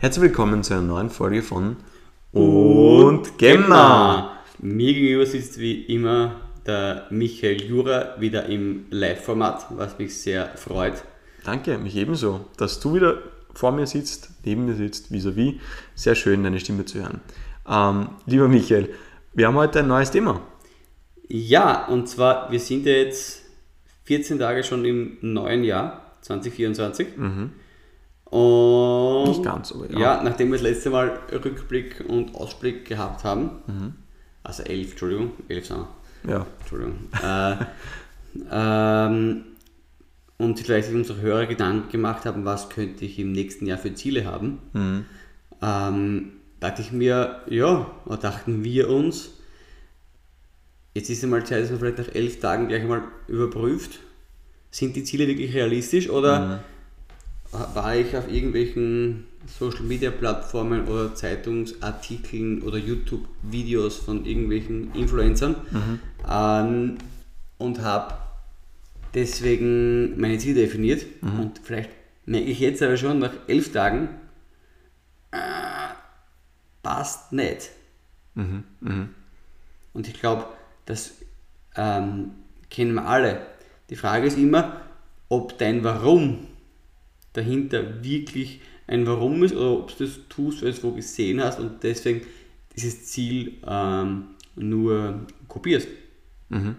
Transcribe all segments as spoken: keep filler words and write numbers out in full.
Herzlich willkommen zu einer neuen Folge von Und Gemma. Mir gegenüber sitzt wie immer der Michael Jura wieder im Live-Format, was mich sehr freut. Danke, mich ebenso, dass du wieder vor mir sitzt, neben mir sitzt, vis-à-vis. Sehr schön, deine Stimme zu hören. Ähm, lieber Michael, wir haben heute ein neues Thema. Ja, und zwar, wir sind ja jetzt vierzehn Tage schon im neuen Jahr, zwanzig vierundzwanzig. Mhm. Und Nicht ganz, aber ja. Ja, nachdem wir das letzte Mal Rückblick und Ausblick gehabt haben, Mhm. also elf, Entschuldigung, elf sind wir. Ja. Entschuldigung. äh, ähm, und vielleicht sich unsere Hörer Gedanken gemacht haben, was könnte ich im nächsten Jahr für Ziele haben, Mhm. ähm, dachte ich mir, ja, oder dachten wir uns, jetzt ist einmal Zeit, dass man vielleicht nach elf Tagen gleich einmal überprüft, sind die Ziele wirklich realistisch oder Mhm. war ich auf irgendwelchen Social Media Plattformen oder Zeitungsartikeln oder YouTube-Videos von irgendwelchen Influencern Mhm. ähm, und habe deswegen meine Ziele definiert. Mhm. Und vielleicht merke ich jetzt aber schon nach elf Tagen, äh, passt nicht. Mhm. Mhm. Und ich glaube, das ähm, kennen wir alle. Die Frage ist immer, ob dein Warum dahinter wirklich ein Warum ist oder ob du das tust, weil du es wo gesehen hast und deswegen dieses Ziel ähm, nur kopierst. Mhm.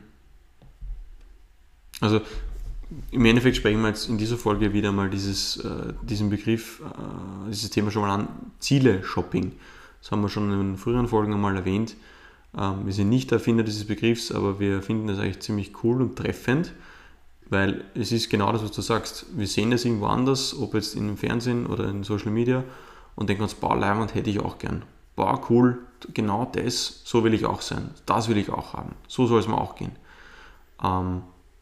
Also im Endeffekt sprechen wir jetzt in dieser Folge wieder mal dieses, äh, diesen Begriff, äh, dieses Thema schon mal an, Ziele-Shopping. Das haben wir schon in früheren Folgen einmal erwähnt. Ähm, wir sind nicht der Erfinder dieses Begriffs, aber wir finden das eigentlich ziemlich cool und treffend, weil es ist genau das, was du sagst. Wir sehen das irgendwo anders, ob jetzt im Fernsehen oder in Social Media und denken uns, boah, Leihwand hätte ich auch gern. Boah, cool, genau das, so will ich auch sein. Das will ich auch haben. So soll es mir auch gehen. Ähm,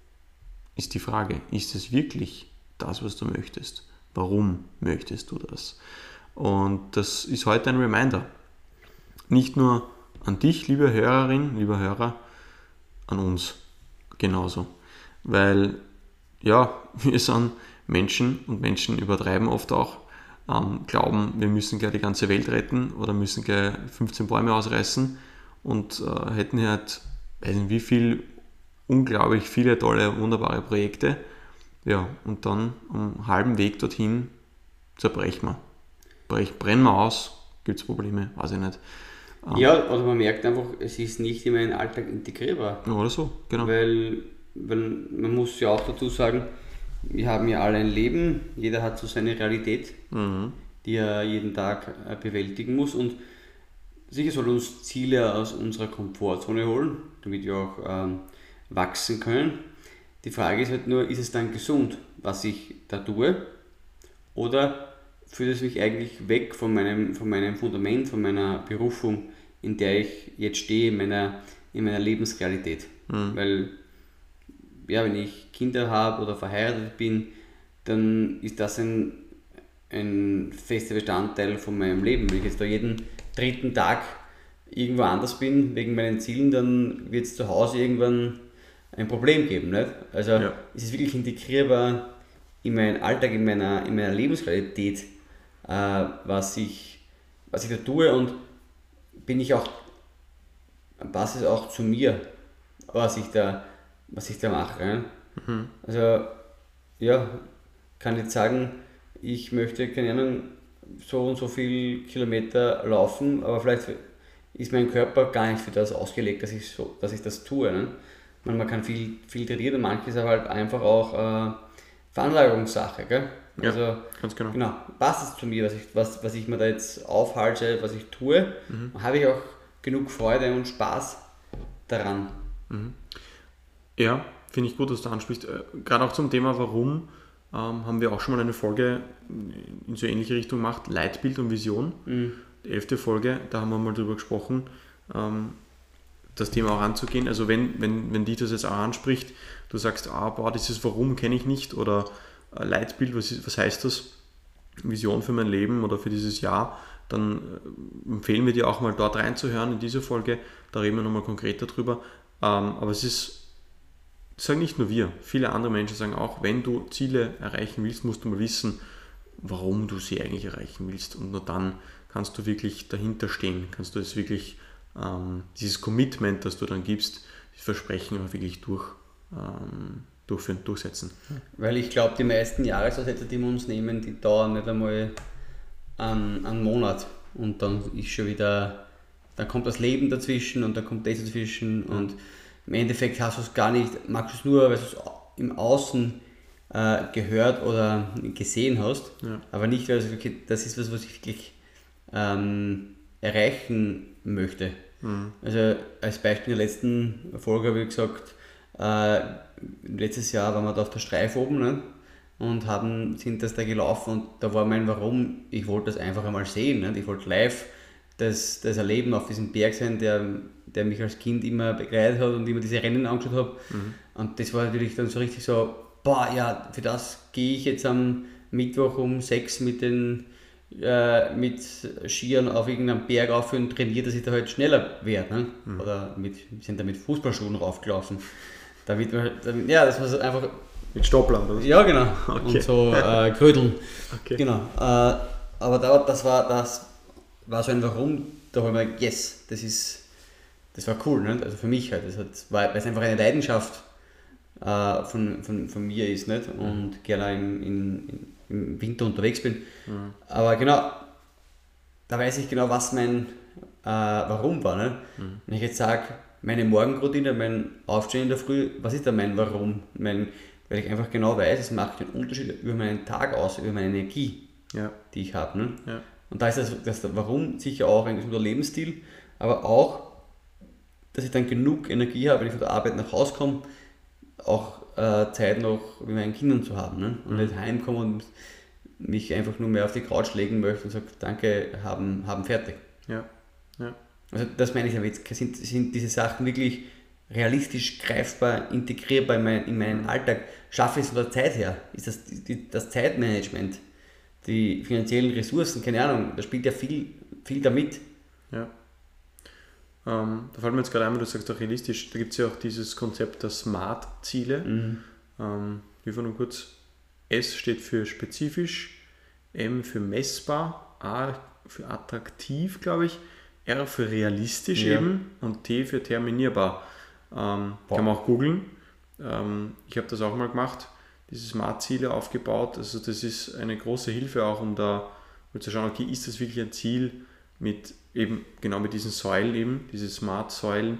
ist die Frage, ist es wirklich das, was du möchtest? Warum möchtest du das? Und das ist heute ein Reminder. Nicht nur an dich, liebe Hörerin, lieber Hörer, an uns genauso. Weil, ja, wir sind Menschen und Menschen übertreiben oft auch, ähm, glauben, wir müssen gleich die ganze Welt retten oder müssen gleich fünfzehn Bäume ausreißen und äh, hätten halt, weiß nicht wie viel, unglaublich viele tolle, wunderbare Projekte. Ja, und dann am halben Weg dorthin zerbrechen wir. Brech, brennen wir aus, gibt es Probleme, weiß ich nicht. Ähm, Ja, oder man merkt einfach, es ist nicht in meinen Alltag integrierbar. ja, oder so, genau. Weil, weil man muss ja auch dazu sagen, wir haben ja alle ein Leben, jeder hat so seine Realität, Mhm. die er jeden Tag äh, bewältigen muss und sicher soll uns Ziele aus unserer Komfortzone holen, damit wir auch ähm, wachsen können. Die Frage ist halt nur, ist es dann gesund, was ich da tue, oder führt es mich eigentlich weg von meinem, von meinem Fundament, von meiner Berufung, in der ich jetzt stehe, in meiner, in meiner Lebensrealität. Mhm. Weil, ja, wenn ich Kinder habe oder verheiratet bin, dann ist das ein, ein fester Bestandteil von meinem Leben. Wenn ich jetzt da jeden dritten Tag irgendwo anders bin, wegen meinen Zielen, dann wird es zu Hause irgendwann ein Problem geben. Nicht? Also Ja. ist es wirklich integrierbar in meinen Alltag, in meiner, in meiner Lebensrealität, äh, was, ich, was ich da tue, und bin ich auch, passt es auch zu mir, was ich da, was ich da mache. Ne? Mhm. Also ja, kann jetzt sagen, ich möchte, keine Ahnung, so und so viel Kilometer laufen, aber vielleicht ist mein Körper gar nicht für das ausgelegt, dass ich, so, dass ich das tue. Ne? Man, man kann viel, viel trainieren und manches ist aber halt einfach auch äh, Veranlagungssache. Gell? Ja, Also, ganz genau. genau, passt es zu mir, was ich, was, was ich mir da jetzt aufhalte, was ich tue, Mhm. habe ich auch genug Freude und Spaß daran. Ja, finde ich gut, dass du ansprichst. Äh, Gerade auch zum Thema Warum ähm, haben wir auch schon mal eine Folge in so ähnliche Richtung gemacht, Leitbild und Vision. Mhm. Die elfte Folge, da haben wir mal drüber gesprochen, ähm, das Thema auch anzugehen. Also wenn, wenn, wenn dich das jetzt auch anspricht, du sagst, ah, boah, dieses Warum kenne ich nicht oder äh, Leitbild, was, ist, was heißt das? Vision für mein Leben oder für dieses Jahr, dann äh, empfehlen wir dir auch mal dort reinzuhören in diese Folge, da reden wir nochmal konkreter drüber. Ähm, aber es ist, das sagen nicht nur wir, viele andere Menschen sagen auch, wenn du Ziele erreichen willst, musst du mal wissen, warum du sie eigentlich erreichen willst. Und nur dann kannst du wirklich dahinter stehen, kannst du es wirklich, ähm, dieses Commitment, das du dann gibst, das Versprechen auch wirklich durch, ähm, durchführen, durchsetzen. Weil ich glaube, die meisten Jahresvorsätze, die wir uns nehmen, die dauern nicht einmal einen, einen Monat und dann ist schon wieder, dann kommt das Leben dazwischen und dann kommt das dazwischen ja. Und im Endeffekt hast du es gar nicht, magst du es nur, weil du es im Außen äh, gehört oder gesehen hast, ja. Aber nicht, weil du okay, das ist was, was ich wirklich ähm, erreichen möchte. Mhm. Also als Beispiel in der letzten Folge habe ich gesagt, äh, letztes Jahr waren wir da auf der Streif oben, ne? Und haben, sind das da gelaufen und da war mein Warum, ich wollte das einfach einmal sehen, ne? Ich wollte live das, das erleben, auf diesem Berg sein, der, der mich als Kind immer begleitet hat und immer diese Rennen angeschaut habe. Mhm. Und das war natürlich dann so richtig so, boah, ja, für das gehe ich jetzt am Mittwoch um sechs mit den äh, mit Skiern auf irgendeinem Berg auf und trainiere, dass ich da halt schneller werde. Ne? Mhm. Oder mit, wir sind da mit Fußballschuhen raufgelaufen. Damit wir, damit, ja, das war so einfach... Mit Stoppland, oder? Ja, genau. Okay. Und so äh, Krödeln. Okay. Genau. Äh, aber da, das, war, das war so ein Warum, da habe ich mir gedacht, yes, das ist, das war cool. Ne? Also für mich halt. Das hat, weil es einfach eine Leidenschaft äh, von, von, von mir ist, nicht? Und mhm. gerne im, in, im Winter unterwegs bin. Mhm. Aber genau, da weiß ich genau, was mein äh, Warum war. Ne? Mhm. Wenn ich jetzt sage, meine Morgenroutine, mein Aufstehen in der Früh, was ist da mein Warum? Mein, weil ich einfach genau weiß, es macht den Unterschied über meinen Tag aus, über meine Energie, ja. die ich habe. Ne? Ja. Und da ist das, das Warum sicher auch ein gesunder Lebensstil, aber auch, dass ich dann genug Energie habe, wenn ich von der Arbeit nach Hause komme, auch äh, Zeit noch mit meinen Kindern zu haben. Ne? Und mhm. nicht heimkomme und mich einfach nur mehr auf die Couch legen möchte und sage, danke, haben, haben fertig. Ja. Ja. Also das meine ich damit, sind, sind diese Sachen wirklich realistisch greifbar, integrierbar in, mein, in meinen Alltag? Schaffe ich es von der Zeit her? Ist das die, das Zeitmanagement, die finanziellen Ressourcen, keine Ahnung, da spielt ja viel, viel damit. Ja. Ähm, da fällt mir jetzt gerade einmal, du sagst auch realistisch, da gibt es ja auch dieses Konzept der Smart-Ziele. Mhm. Ähm, wie von nur kurz, S steht für spezifisch, M für messbar, A für attraktiv, glaube ich, R für realistisch ja. eben und T für terminierbar. Ähm, kann man auch googeln. Ähm, ich habe das auch mal gemacht, diese Smart-Ziele aufgebaut. Also das ist eine große Hilfe auch, um da um zu schauen, okay, ist das wirklich ein Ziel mit eben genau mit diesen Säulen eben, diese Smart-Säulen.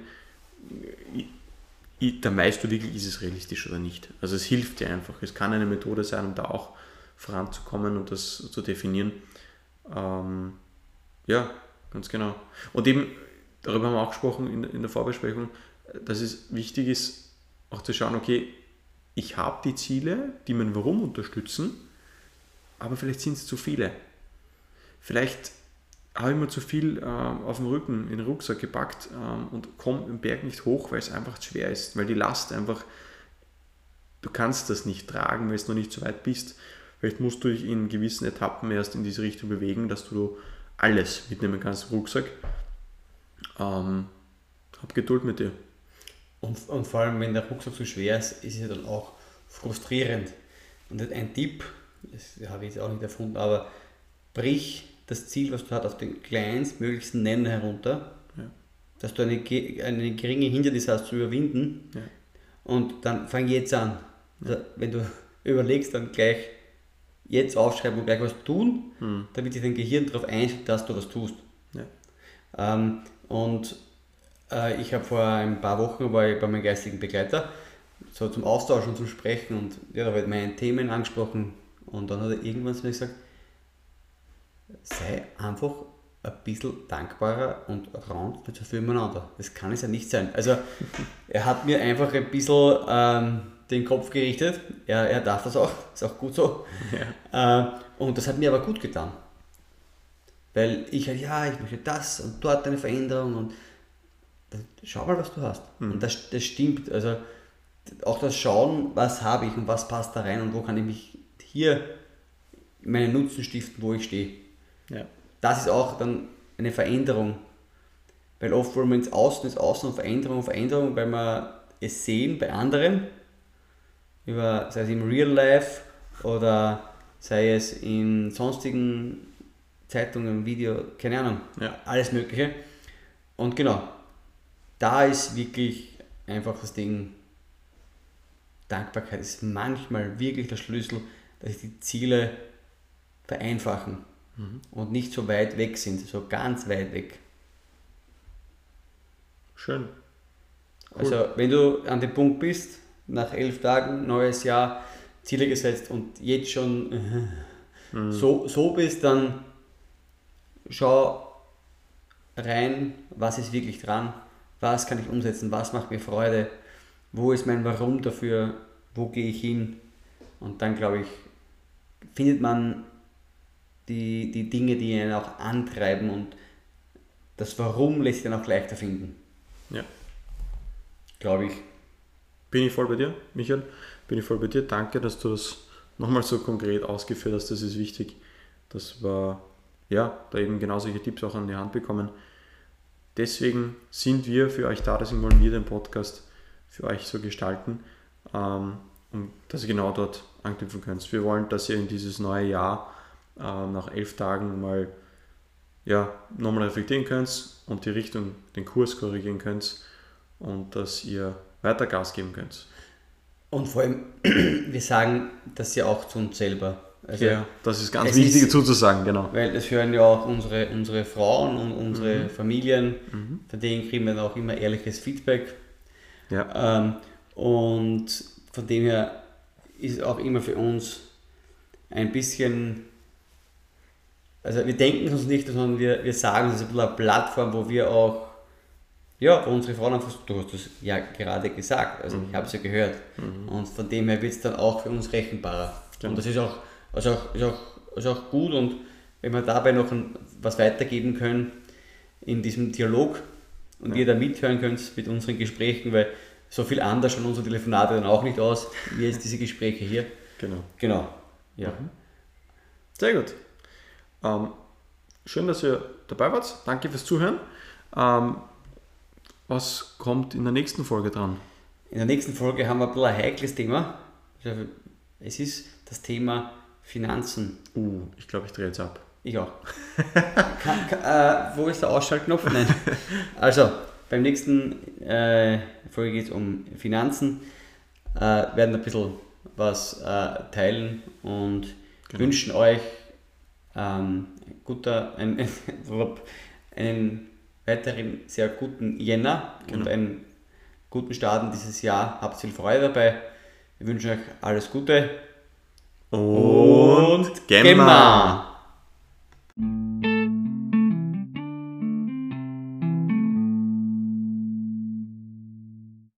Dann weißt du wirklich, ist es realistisch oder nicht. Also es hilft dir einfach. Es kann eine Methode sein, um da auch voranzukommen und das zu definieren. Ähm, ja, ganz genau. Und eben, darüber haben wir auch gesprochen in, in der Vorbesprechung, dass es wichtig ist, auch zu schauen, okay, ich habe die Ziele, die mein Warum unterstützen, aber vielleicht sind es zu viele. Vielleicht habe ich mir zu viel äh, auf dem Rücken, in den Rucksack gepackt ähm, und komme den Berg nicht hoch, weil es einfach schwer ist, weil die Last einfach, du kannst das nicht tragen, weil du noch nicht so weit bist. Vielleicht musst du dich in gewissen Etappen erst in diese Richtung bewegen, dass du alles mitnehmen kannst im Rucksack. Ähm, hab Geduld mit dir. Und, und vor allem, wenn der Rucksack so schwer ist, ist es dann auch frustrierend. Und ein Tipp, das habe ich jetzt auch nicht erfunden, aber brich das Ziel, was du hast, auf den kleinstmöglichsten Nenner herunter, ja. dass du eine, eine geringe Hindernis hast zu überwinden ja. und dann fang jetzt an. Ja. Also, wenn du überlegst, dann gleich jetzt aufschreiben und gleich was tun, hm. damit sich dein Gehirn darauf einstellt, dass du was tust. Ja. Ähm, und äh, ich habe vor ein paar Wochen war ich bei meinem geistigen Begleiter, so zum Austausch und zum Sprechen und ja, da habe ich meine Themen angesprochen und dann hat er irgendwann zu mir gesagt, sei einfach ein bisschen dankbarer und raunt nicht so viel miteinander. Das kann es ja nicht sein. Also er hat mir einfach ein bisschen ähm, den Kopf gerichtet. Er, er darf das auch, ist auch gut so. Ja. Äh, und das hat mir aber gut getan. Weil ich halt, ja, ich möchte das und dort eine Veränderung und schau mal, was du hast. Mhm. Und das, das stimmt. Also auch das Schauen, was habe ich und was passt da rein und wo kann ich mich hier meinen Nutzen stiften, wo ich stehe. Ja. Das ist auch dann eine Veränderung. Weil oft wollen wir ins Außen, ins Außen und Veränderung, Veränderung, weil wir es sehen bei anderen, über, sei es im Real Life oder sei es in sonstigen Zeitungen, Video, keine Ahnung, Ja. alles Mögliche. Und genau, da ist wirklich einfach das Ding, Dankbarkeit ist manchmal wirklich der Schlüssel, dass sich die Ziele vereinfachen Mhm. und nicht so weit weg sind, so ganz weit weg. Schön. Cool. Also wenn du an dem Punkt bist, nach elf Tagen, neues Jahr, Ziele gesetzt und jetzt schon äh, Mhm. so, so bist, dann schau rein, was ist wirklich dran, was kann ich umsetzen, was macht mir Freude, wo ist mein Warum dafür, wo gehe ich hin, und dann glaube ich, findet man die, die Dinge, die einen auch antreiben, und das Warum lässt sich dann auch leichter finden, Ja. glaube ich. Bin ich voll bei dir, Michael. Bin ich voll bei dir. Danke, dass du das nochmal so konkret ausgeführt hast. Das ist wichtig, dass wir ja, da eben genau solche Tipps auch an die Hand bekommen. Deswegen sind wir für euch da, deswegen wollen wir den Podcast für euch so gestalten, ähm, um, dass ihr genau dort anknüpfen könnt. Wir wollen, dass ihr in dieses neue Jahr äh, nach elf Tagen mal ja, nochmal reflektieren könnt und die Richtung, den Kurs korrigieren könnt und dass ihr weiter Gas geben könnt. Und vor allem, wir sagen das ja auch zu uns selber. Also, Ja, das ist ganz es wichtig ist- zuzusagen, genau. Weil das hören ja auch unsere, unsere Frauen und unsere Mhm. Familien, Mhm. von denen kriegen wir dann auch immer ehrliches Feedback. Ja, Ähm, und von dem her ist es auch immer für uns ein bisschen, also wir denken es uns nicht, sondern wir, wir sagen, es ist ein bisschen eine Plattform, wo wir auch, ja, wo unsere Frauen einfach, du hast das ja gerade gesagt, also Mhm. ich habe es ja gehört. Mhm. Und von dem her wird es dann auch für uns rechenbarer. Genau. Und das ist auch, also auch, ist, auch, ist auch gut, und wenn wir dabei noch ein, was weitergeben können in diesem Dialog und Ja. ihr da mithören könnt mit unseren Gesprächen, weil so viel anders schauen unsere Telefonate dann auch nicht aus, wie jetzt diese Gespräche hier. genau. Genau. Ja. Mhm. Sehr gut. Ähm, schön, dass ihr dabei wart. Danke fürs Zuhören. Ähm, was kommt in der nächsten Folge dran? In der nächsten Folge haben wir ein bisschen ein heikles Thema. Also es ist das Thema Finanzen. Uh, ich glaube, ich drehe jetzt ab. Ich auch. kann, kann, äh, wo ist der Ausschaltknopf? Nein. Also, beim nächsten äh, Folge geht es um Finanzen. Äh, werden ein bisschen was äh, teilen und Genau. wünschen euch ähm, guter, ein, einen weiteren sehr guten Jänner und Genau. einen guten Start in dieses Jahr. Habt viel Freude dabei. Wir wünschen euch alles Gute. Und Gemma.